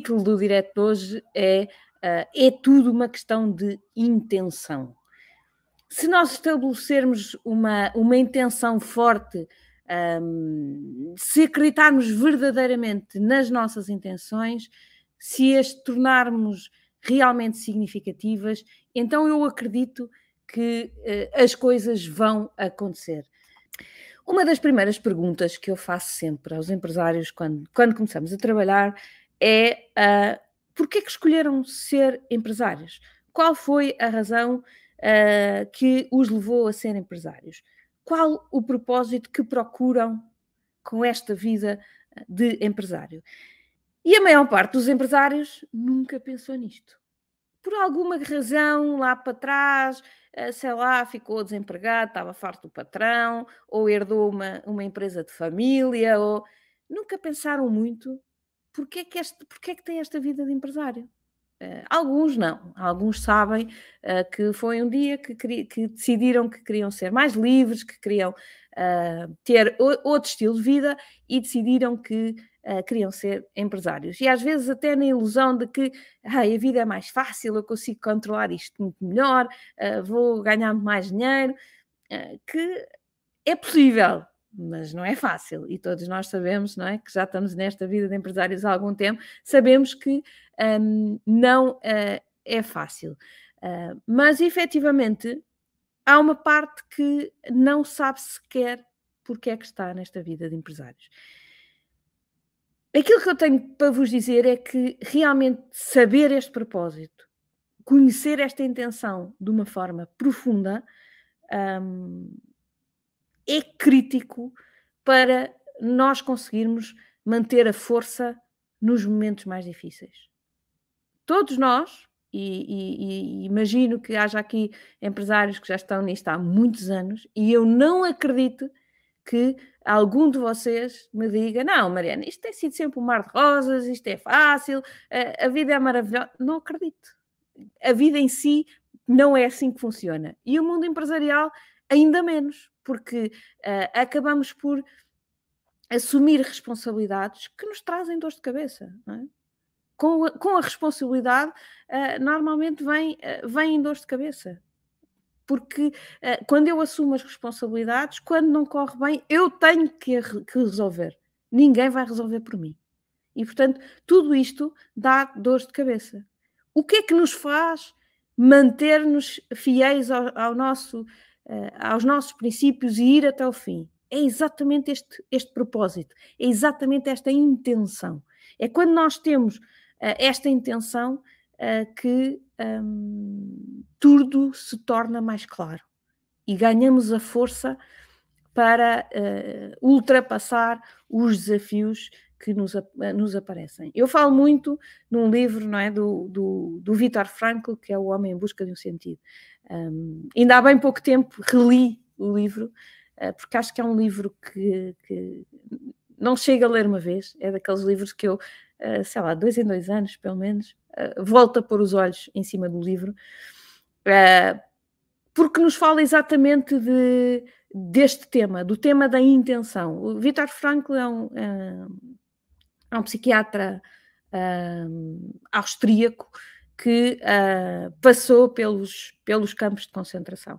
título do direto de hoje é tudo uma questão de intenção. Se nós estabelecermos uma intenção forte, se acreditarmos verdadeiramente nas nossas intenções, se as tornarmos realmente significativas, então eu acredito que as coisas vão acontecer. Uma das primeiras perguntas que eu faço sempre aos empresários quando começamos a trabalhar é porquê que escolheram ser empresários? Qual foi a razão que os levou a ser empresários? Qual o propósito que procuram com esta vida de empresário? E a maior parte dos empresários nunca pensou nisto. Por alguma razão, lá para trás, sei lá, ficou desempregado, estava farto do patrão, ou herdou uma empresa de família, ou... Nunca pensaram muito porque é que tem esta vida de empresário. Alguns não, alguns sabem que foi um dia que decidiram que queriam ser mais livres, que queriam ter outro estilo de vida e decidiram que queriam ser empresários. E às vezes até na ilusão de que a vida é mais fácil, eu consigo controlar isto muito melhor, vou ganhar mais dinheiro, que é possível, mas não é fácil. E todos nós sabemos, não é, que já estamos nesta vida de empresários há algum tempo, sabemos que não é fácil. Mas, efetivamente, há uma parte que não sabe sequer porque é que está nesta vida de empresários. Aquilo que eu tenho para vos dizer é que realmente saber este propósito, conhecer esta intenção de uma forma profunda, é crítico para nós conseguirmos manter a força nos momentos mais difíceis. Todos nós, e imagino que haja aqui empresários que já estão nisto há muitos anos, e eu não acredito que algum de vocês me diga: não, Mariana, isto tem sido sempre um mar de rosas, isto é fácil, a vida é maravilhosa. Não acredito. A vida em si não é assim que funciona. E o mundo empresarial ainda menos, porque acabamos por assumir responsabilidades que nos trazem dores de cabeça, não é? Com a responsabilidade, normalmente vem dores de cabeça. Porque quando eu assumo as responsabilidades, quando não corre bem, eu tenho que resolver. Ninguém vai resolver por mim. E, portanto, tudo isto dá dores de cabeça. O que é que nos faz manter-nos fiéis aos nossos princípios e ir até o fim? É exatamente este propósito, é exatamente esta intenção. É quando nós temos esta intenção que tudo se torna mais claro e ganhamos a força para ultrapassar os desafios que nos aparecem. Eu falo muito num livro, não é, do Viktor Frankl, que é O Homem em Busca de um Sentido. Ainda há bem pouco tempo reli o livro, porque acho que é um livro que não chego a ler uma vez, é daqueles livros que eu, sei lá, 2 em 2 anos, pelo menos, volto a pôr os olhos em cima do livro, porque nos fala exatamente deste tema, do tema da intenção. O Viktor Frankl é um psiquiatra austríaco que passou pelos campos de concentração.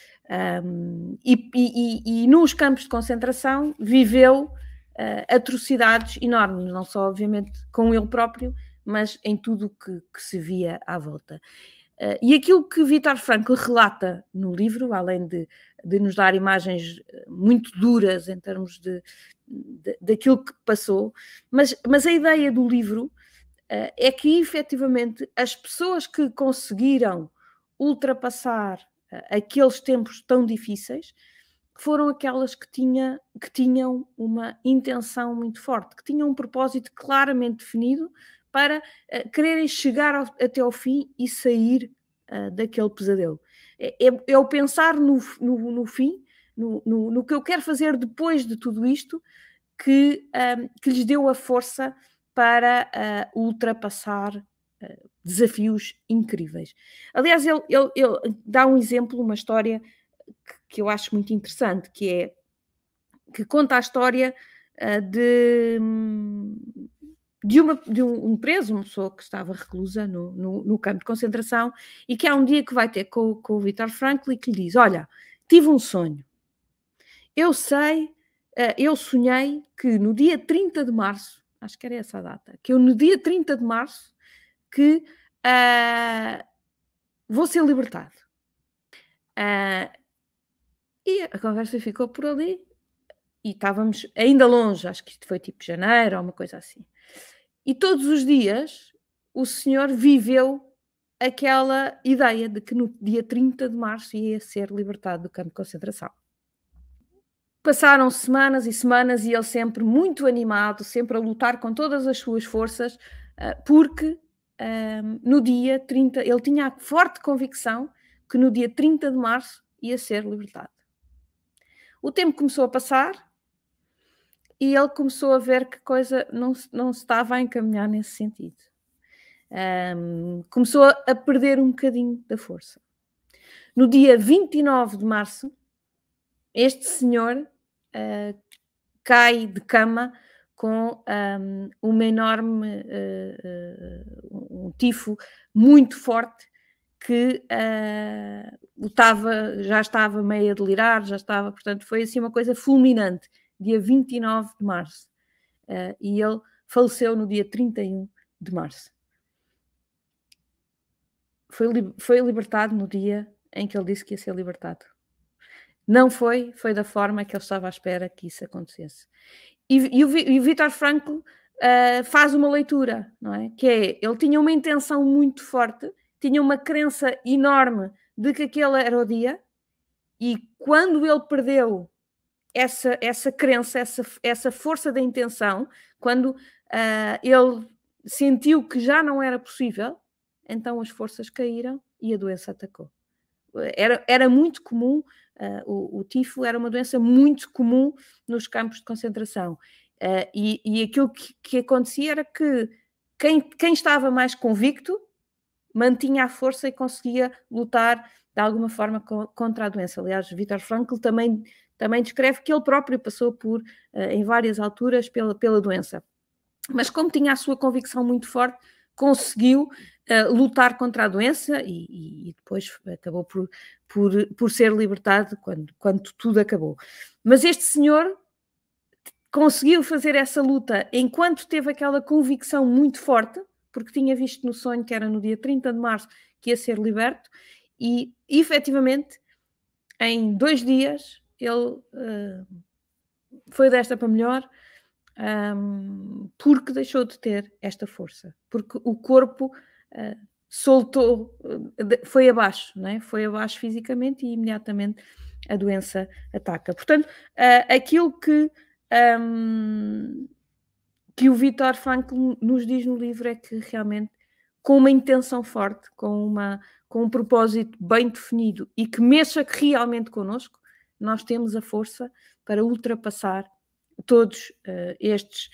E nos campos de concentração viveu atrocidades enormes, não só, obviamente, com ele próprio, mas em tudo o que se via à volta. E aquilo que Viktor Frankl relata no livro, além de nos dar imagens muito duras em termos daquilo que passou, mas a ideia do livro é que, efetivamente, as pessoas que conseguiram ultrapassar aqueles tempos tão difíceis foram aquelas que tinham uma intenção muito forte, que tinham um propósito claramente definido para quererem chegar até ao fim e sair daquele pesadelo. É o pensar no fim, no que eu quero fazer depois de tudo isto, que lhes deu a força para ultrapassar desafios incríveis. Aliás, ele dá um exemplo, uma história que eu acho muito interessante, que conta a história de de um preso, uma pessoa que estava reclusa no campo de concentração, e que há um dia que vai ter com o Viktor Frankl e que lhe diz: olha, tive um sonho. Eu sonhei que no dia 30 de março, acho que era essa a data, que eu no dia 30 de março que vou ser libertado. E a conversa ficou por ali e estávamos ainda longe, acho que isto foi tipo janeiro ou uma coisa assim. E todos os dias o senhor viveu aquela ideia de que no dia 30 de março ia ser libertado do campo de concentração. Passaram semanas e semanas e ele sempre muito animado, sempre a lutar com todas as suas forças, porque no dia 30, ele tinha a forte convicção que no dia 30 de março ia ser libertado. O tempo começou a passar e ele começou a ver que coisa não se estava a encaminhar nesse sentido. Começou a perder um bocadinho da força. No dia 29 de março, este senhor cai de cama com uma enorme um tifo muito forte que já estava meio a delirar, portanto, foi assim uma coisa fulminante, dia 29 de março. E ele faleceu no dia 31 de março. Foi libertado no dia em que ele disse que ia ser libertado. Não foi da forma que ele estava à espera que isso acontecesse. E o Viktor Frankl faz uma leitura, não é? Que é, ele tinha uma intenção muito forte, tinha uma crença enorme de que aquele era o dia, e quando ele perdeu essa crença, essa força da intenção, quando ele sentiu que já não era possível, então as forças caíram e a doença atacou. Era muito comum, o tifo era uma doença muito comum nos campos de concentração. E aquilo que acontecia era que quem estava mais convicto mantinha a força e conseguia lutar de alguma forma contra a doença. Aliás, Viktor Frankl também descreve que ele próprio passou por, em várias alturas, pela doença. Mas como tinha a sua convicção muito forte, conseguiu lutar contra a doença e depois acabou por ser libertado quando tudo acabou. Mas este senhor conseguiu fazer essa luta enquanto teve aquela convicção muito forte, porque tinha visto no sonho que era no dia 30 de março que ia ser liberto, e efetivamente em 2 dias ele foi desta para melhor, porque deixou de ter esta força, porque o corpo soltou, foi abaixo, não é? Foi abaixo fisicamente e imediatamente a doença ataca. Portanto, aquilo que o Viktor Frankl nos diz no livro é que realmente, com uma intenção forte, com um propósito bem definido e que mexa realmente connosco, nós temos a força para ultrapassar todos estes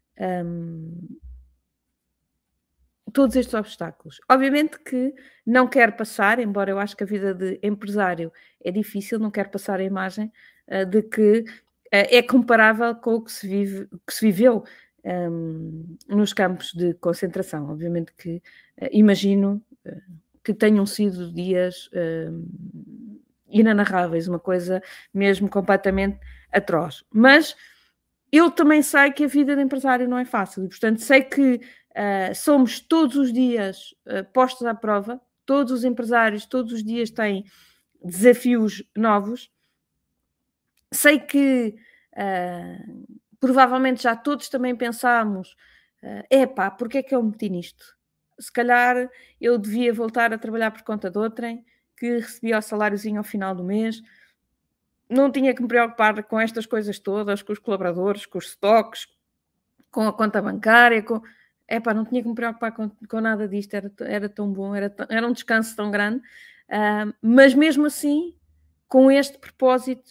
obstáculos. Obviamente que não quero passar, embora eu acho que a vida de empresário é difícil, não quero passar a imagem de que é comparável com o que se viveu nos campos de concentração. Obviamente que imagino que tenham sido dias inanarráveis, uma coisa mesmo completamente atroz. Mas eu também sei que a vida de empresário não é fácil, e portanto sei que somos todos os dias postos à prova, todos os empresários todos os dias têm desafios novos. Sei que provavelmente já todos também pensámos, porque é que eu me meti nisto? Se calhar eu devia voltar a trabalhar por conta de outrem, que recebia o saláriozinho ao final do mês, não tinha que me preocupar com estas coisas todas, com os colaboradores, com os stocks, com a conta bancária, não tinha que me preocupar com nada disto, era tão bom, era um descanso tão grande, mas mesmo assim, com este propósito,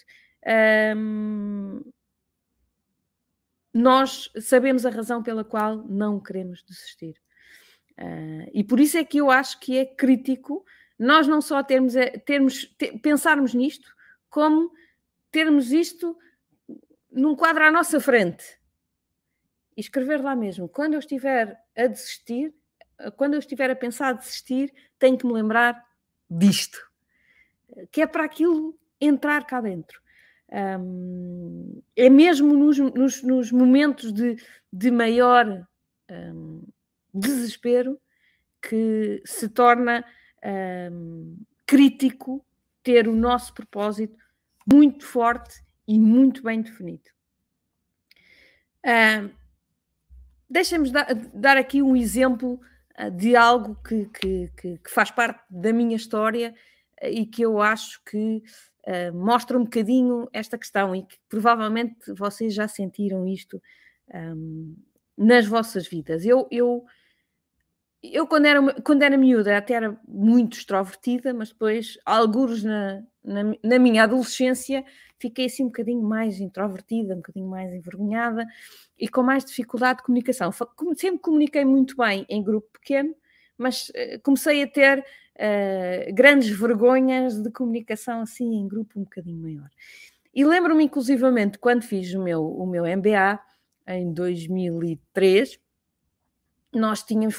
nós sabemos a razão pela qual não queremos desistir. E por isso é que eu acho que é crítico nós não só pensarmos nisto, como termos isto num quadro à nossa frente e escrever lá mesmo, quando eu estiver a desistir, quando eu estiver a pensar a desistir, tenho que me lembrar disto, que é para aquilo entrar cá dentro. É mesmo nos momentos de maior desespero que se torna crítico ter o nosso propósito muito forte e muito bem definido. Deixa-me dar aqui um exemplo de algo que faz parte da minha história e que eu acho que mostra um bocadinho esta questão e que provavelmente vocês já sentiram isto nas vossas vidas. Eu quando era miúda, até era muito extrovertida, mas depois, algures na minha adolescência, fiquei assim um bocadinho mais introvertida, um bocadinho mais envergonhada e com mais dificuldade de comunicação. Sempre comuniquei muito bem em grupo pequeno, mas comecei a ter grandes vergonhas de comunicação assim em grupo um bocadinho maior. E lembro-me, inclusivamente, quando fiz o meu MBA, em 2003, nós tínhamos,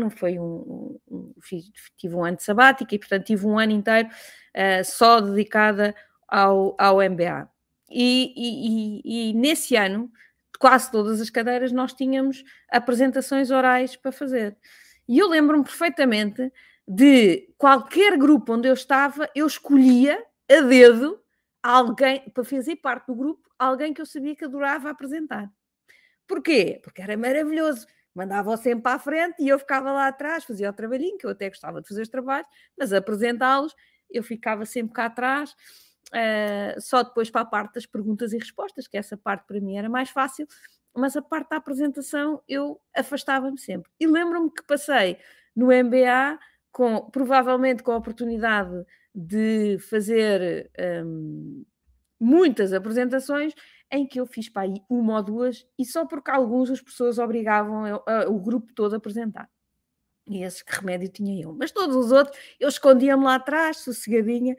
tive um ano de sabática e, portanto, tive um ano inteiro só dedicada ao MBA. E nesse ano, quase todas as cadeiras, nós tínhamos apresentações orais para fazer. E eu lembro-me perfeitamente de qualquer grupo onde eu estava, eu escolhia a dedo alguém, para fazer parte do grupo, alguém que eu sabia que adorava apresentar. Porquê? Porque era maravilhoso. Mandava-o sempre para a frente e eu ficava lá atrás, fazia o trabalhinho, que eu até gostava de fazer os trabalhos, mas apresentá-los, eu ficava sempre cá atrás, só depois para a parte das perguntas e respostas, que essa parte para mim era mais fácil, mas a parte da apresentação eu afastava-me sempre. E lembro-me que passei no MBA, provavelmente com a oportunidade de fazer muitas apresentações, em que eu fiz para aí uma ou duas, e só porque alguns as pessoas obrigavam o grupo todo a apresentar. E esse que remédio tinha eu. Mas todos os outros, eu escondia-me lá atrás, sossegadinha,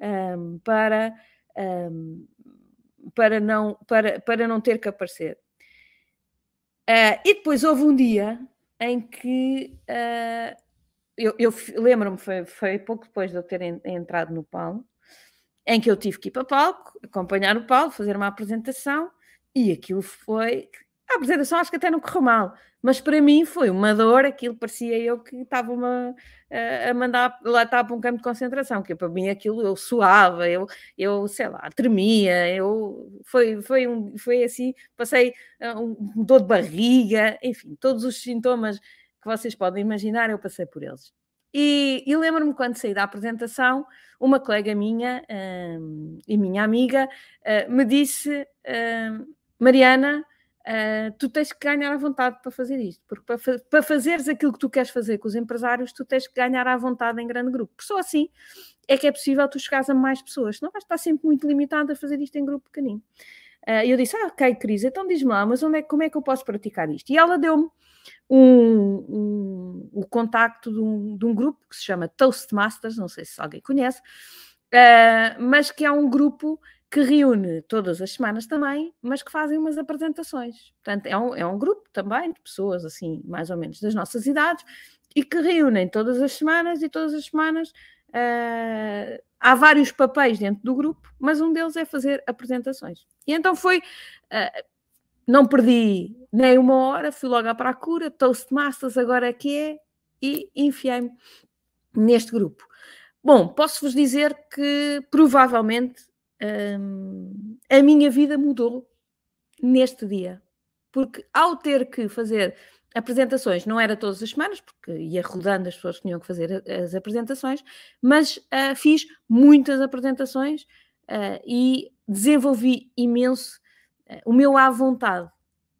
para não ter que aparecer. E depois houve um dia em que eu lembro-me, foi pouco depois de eu ter entrado no Paulo, em que eu tive que ir para o palco, acompanhar o Paulo, fazer uma apresentação, e aquilo foi... A apresentação acho que até não correu mal, mas para mim foi uma dor, aquilo parecia eu que estava a mandar lá estar para um campo de concentração, que para mim aquilo eu suava, eu sei lá, tremia, foi assim, passei um dor de barriga, enfim, todos os sintomas que vocês podem imaginar, eu passei por eles. E lembro-me quando saí da apresentação, uma colega minha e minha amiga me disse, Mariana, tu tens que ganhar à vontade para fazer isto, porque para fazeres aquilo que tu queres fazer com os empresários, tu tens que ganhar à vontade em grande grupo. Só assim é que é possível tu chegares a mais pessoas, senão vais estar sempre muito limitado a fazer isto em grupo pequenino. E eu disse, ok, Cris, então diz-me lá, mas como é que eu posso praticar isto? E ela deu-me o contacto de um grupo que se chama Toastmasters, não sei se alguém conhece, mas que é um grupo que reúne todas as semanas também, mas que fazem umas apresentações. Portanto, é um grupo também de pessoas, assim, mais ou menos das nossas idades, e que reúnem todas as semanas, e todas as semanas há vários papéis dentro do grupo, mas um deles é fazer apresentações. E então foi... não perdi nem uma hora, fui logo à procura, Toastmasters agora é que é, e enfiei-me neste grupo. Bom, posso-vos dizer que provavelmente a minha vida mudou neste dia, porque ao ter que fazer apresentações, não era todas as semanas, porque ia rodando as pessoas que tinham que fazer as apresentações, mas fiz muitas apresentações e desenvolvi imenso o meu à vontade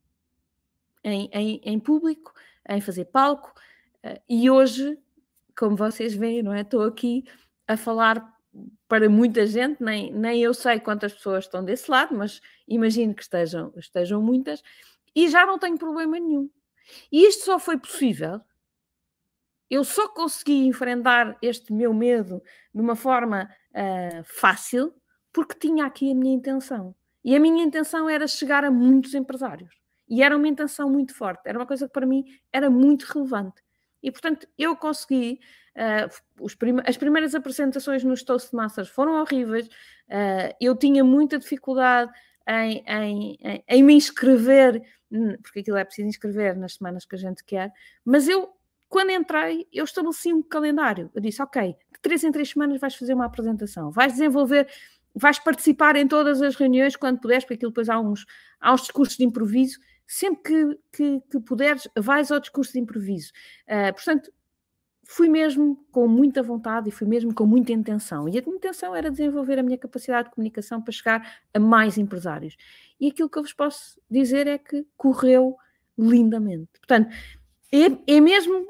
em público, em fazer palco, e hoje, como vocês veem, não é? Estou aqui a falar para muita gente, nem eu sei quantas pessoas estão desse lado, mas imagino que estejam muitas, e já não tenho problema nenhum. E isto só foi possível, eu só consegui enfrentar este meu medo de uma forma fácil, porque tinha aqui a minha intenção. E a minha intenção era chegar a muitos empresários. E era uma intenção muito forte, era uma coisa que para mim era muito relevante. E, portanto, eu consegui, as primeiras apresentações nos Toastmasters foram horríveis, eu tinha muita dificuldade em me inscrever, porque aquilo é preciso inscrever nas semanas que a gente quer, mas eu, quando entrei, eu estabeleci um calendário. Eu disse, ok, de 3 em 3 semanas vais fazer uma apresentação, vais desenvolver, vais participar em todas as reuniões quando puderes, porque aquilo depois há uns discursos de improviso, sempre que puderes, vais ao discurso de improviso. Portanto, fui mesmo com muita vontade e fui mesmo com muita intenção. E a minha intenção era desenvolver a minha capacidade de comunicação para chegar a mais empresários. E aquilo que eu vos posso dizer é que correu lindamente. Portanto, é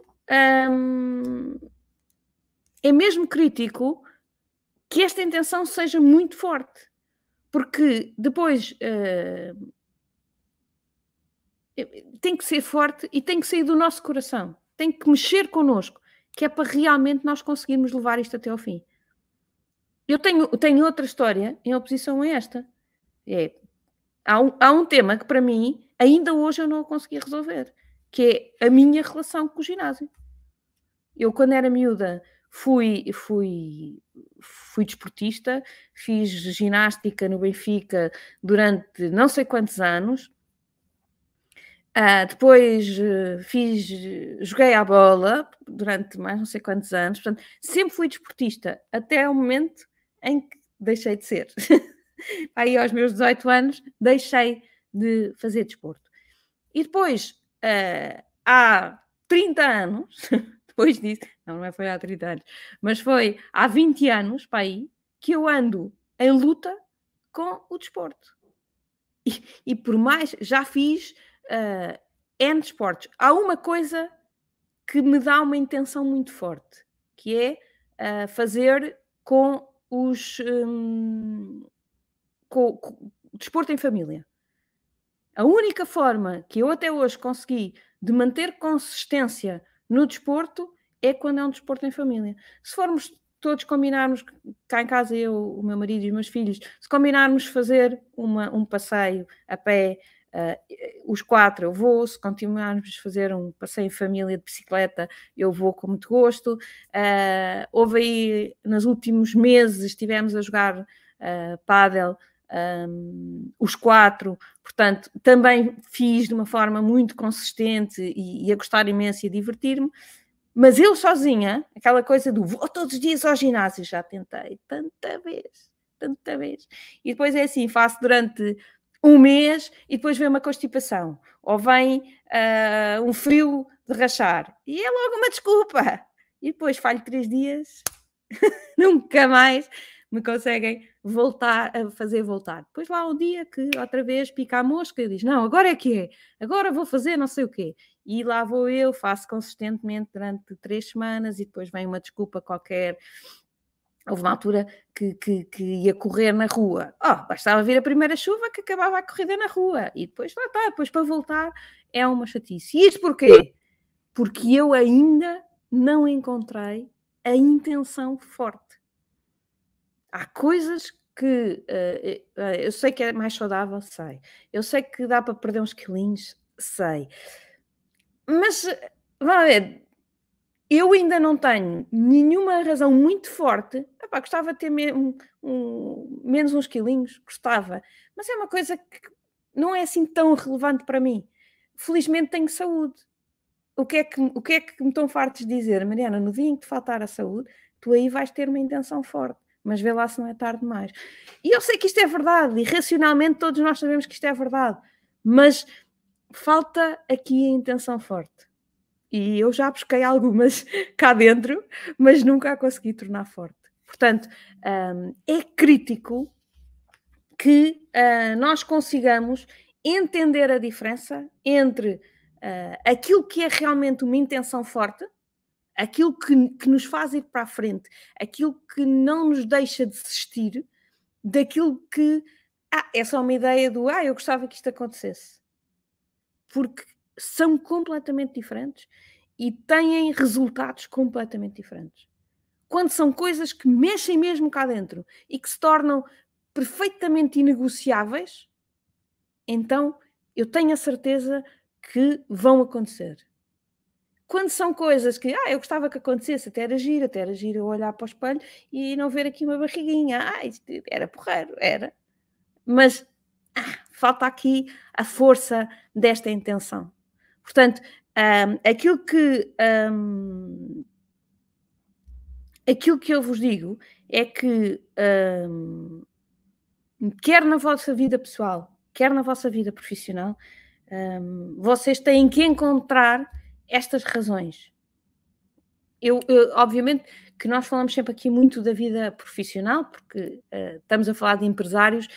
mesmo crítico que esta intenção seja muito forte, porque depois tem que ser forte e tem que sair do nosso coração, tem que mexer connosco, que é para realmente nós conseguirmos levar isto até ao fim. Eu tenho outra história em oposição a esta. Há um tema que para mim ainda hoje eu não consegui resolver, que é a minha relação com o ginásio. Eu, quando era miúda, fui desportista, fiz ginástica no Benfica durante não sei quantos anos. Depois joguei à bola durante mais não sei quantos anos. Portanto, sempre fui desportista, até o momento em que deixei de ser. Aí aos meus 18 anos deixei de fazer desporto. E depois, há 30 anos, depois disso, não foi há 30 anos, mas foi há 20 anos, para aí, que eu ando em luta com o desporto. E por mais, já fiz N desportos. Há uma coisa que me dá uma intenção muito forte, que é fazer com os... com desporto em família. A única forma que eu até hoje consegui de manter consistência no desporto é quando é um desporto em família. Se formos todos combinarmos, cá em casa eu, o meu marido e os meus filhos, se combinarmos fazer um passeio a pé, os 4 eu vou, se continuarmos a fazer um passeio em família de bicicleta, eu vou com muito gosto. Houve aí, nos últimos meses, estivemos a jogar pádel, os 4, portanto, também fiz de uma forma muito consistente e a gostar imenso e a divertir-me, mas eu sozinha, aquela coisa do vou todos os dias ao ginásio, já tentei tanta vez, e depois é assim, faço durante um mês e depois vem uma constipação, ou vem um frio de rachar, e é logo uma desculpa, e depois falho 3 dias, nunca mais me conseguem voltar a fazer voltar. Depois lá um dia que outra vez pica a mosca e diz, não, agora é que é, agora vou fazer não sei o quê. E lá vou eu, faço consistentemente durante 3 semanas e depois vem uma desculpa qualquer. Houve uma altura que ia correr na rua. Bastava vir a primeira chuva que acabava a corrida na rua. E depois lá está, depois para voltar é uma chatice. E isto porquê? Porque eu ainda não encontrei a intenção forte. Há coisas que eu sei que é mais saudável, sei. Eu sei que dá para perder uns quilinhos, sei. Mas, vamos ver, eu ainda não tenho nenhuma razão muito forte. Gostava de ter menos uns quilinhos, gostava. Mas é uma coisa que não é assim tão relevante para mim. Felizmente tenho saúde. O que é que me estão fartos de dizer? Mariana, no dia em que te faltar a saúde, tu aí vais ter uma intenção forte. Mas vê lá se não é tarde demais. E eu sei que isto é verdade, e racionalmente todos nós sabemos que isto é verdade, mas falta aqui a intenção forte. E eu já busquei algumas cá dentro, mas nunca a consegui tornar forte. Portanto, é crítico que nós consigamos entender a diferença entre aquilo que é realmente uma intenção forte, aquilo que nos faz ir para a frente, aquilo que não nos deixa desistir, daquilo que é só uma ideia do eu gostava que isto acontecesse. Porque são completamente diferentes e têm resultados completamente diferentes. Quando são coisas que mexem mesmo cá dentro e que se tornam perfeitamente inegociáveis, então eu tenho a certeza que vão acontecer. Quando são coisas que, eu gostava que acontecesse, até era giro eu olhar para o espelho e não ver aqui uma barriguinha. Isto era porreiro, era. Mas falta aqui a força desta intenção. Portanto, aquilo que eu vos digo é que, quer na vossa vida pessoal, quer na vossa vida profissional, vocês têm que encontrar estas razões. Obviamente que nós falamos sempre aqui muito da vida profissional, porque estamos a falar de empresários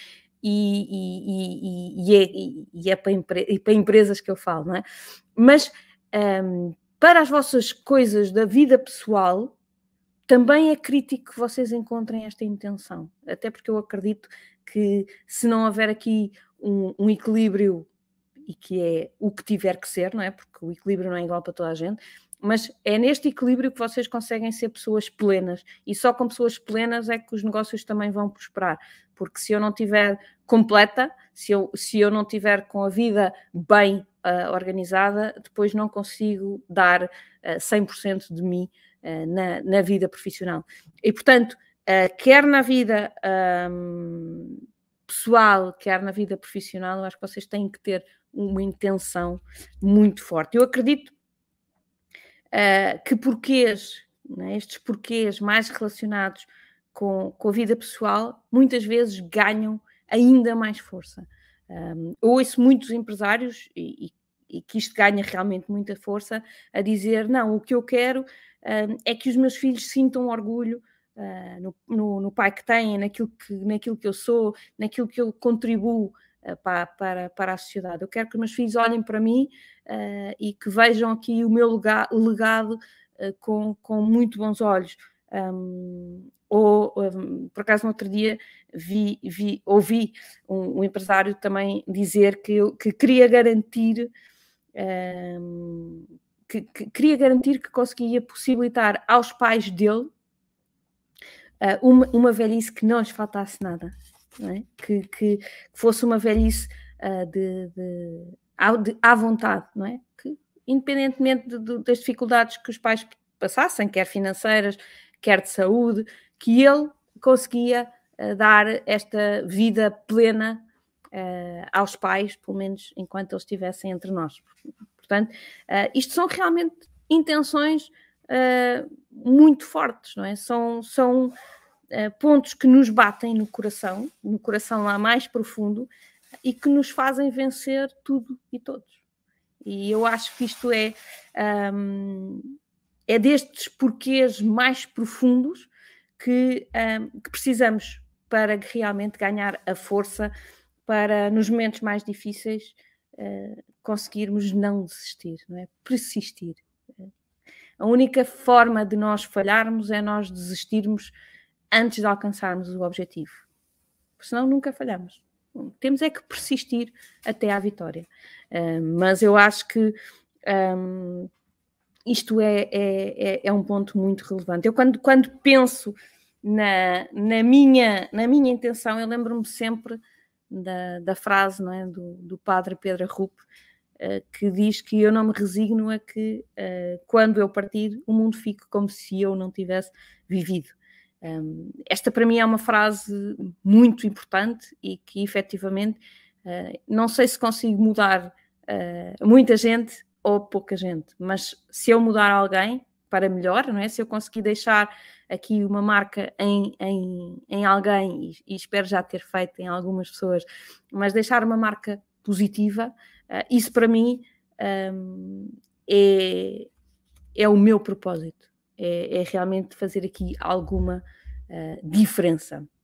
e é para empresas que eu falo, não é? Mas para as vossas coisas da vida pessoal, também é crítico que vocês encontrem esta intenção, até porque eu acredito que se não houver aqui um equilíbrio, e que é o que tiver que ser, não é? Porque o equilíbrio não é igual para toda a gente, mas é neste equilíbrio que vocês conseguem ser pessoas plenas, e só com pessoas plenas é que os negócios também vão prosperar, porque se eu não tiver completa, se eu não tiver com a vida bem organizada, depois não consigo dar 100% de mim na vida profissional. E, portanto, quer na vida pessoal, quer na vida profissional, eu acho que vocês têm que ter uma intenção muito forte. Eu acredito que porquês, né, estes porquês mais relacionados com a vida pessoal, muitas vezes ganham ainda mais força. Ouço muitos empresários, e que isto ganha realmente muita força, a dizer, não, o que eu quero é que os meus filhos sintam orgulho no pai que têm, naquilo que eu sou, naquilo que eu contribuo para a sociedade. Eu quero que os meus filhos olhem para mim e que vejam aqui o meu legado com muito bons olhos. Por acaso, no outro dia, ouvi um empresário também dizer que queria garantir que conseguia possibilitar aos pais dele uma velhice que não lhes faltasse nada, não é? Que fosse uma velhice à vontade, não é? Que, independentemente das dificuldades que os pais passassem, quer financeiras, quer de saúde, que ele conseguia dar esta vida plena aos pais, pelo menos enquanto eles estivessem entre nós. Portanto, isto são realmente intenções muito fortes, não é? São pontos que nos batem no coração lá mais profundo, e que nos fazem vencer tudo e todos. E eu acho que isto é destes porquês mais profundos que precisamos para realmente ganhar a força para, nos momentos mais difíceis, conseguirmos não desistir, não é? Persistir. A única forma de nós falharmos é nós desistirmos antes de alcançarmos o objetivo. Porque senão nunca falhamos. Temos é que persistir até à vitória. Mas eu acho que isto é um ponto muito relevante. Eu quando penso na minha intenção, eu lembro-me sempre da frase, não é, do padre Pedro Arrupe, que diz que eu não me resigno a que quando eu partir o mundo fique como se eu não tivesse vivido. Esta para mim é uma frase muito importante e que efetivamente não sei se consigo mudar muita gente ou pouca gente, mas se eu mudar alguém para melhor, não é? Se eu conseguir deixar aqui uma marca em alguém, e espero já ter feito em algumas pessoas, mas deixar uma marca positiva, isso para mim é o meu propósito, é realmente fazer aqui alguma diferença.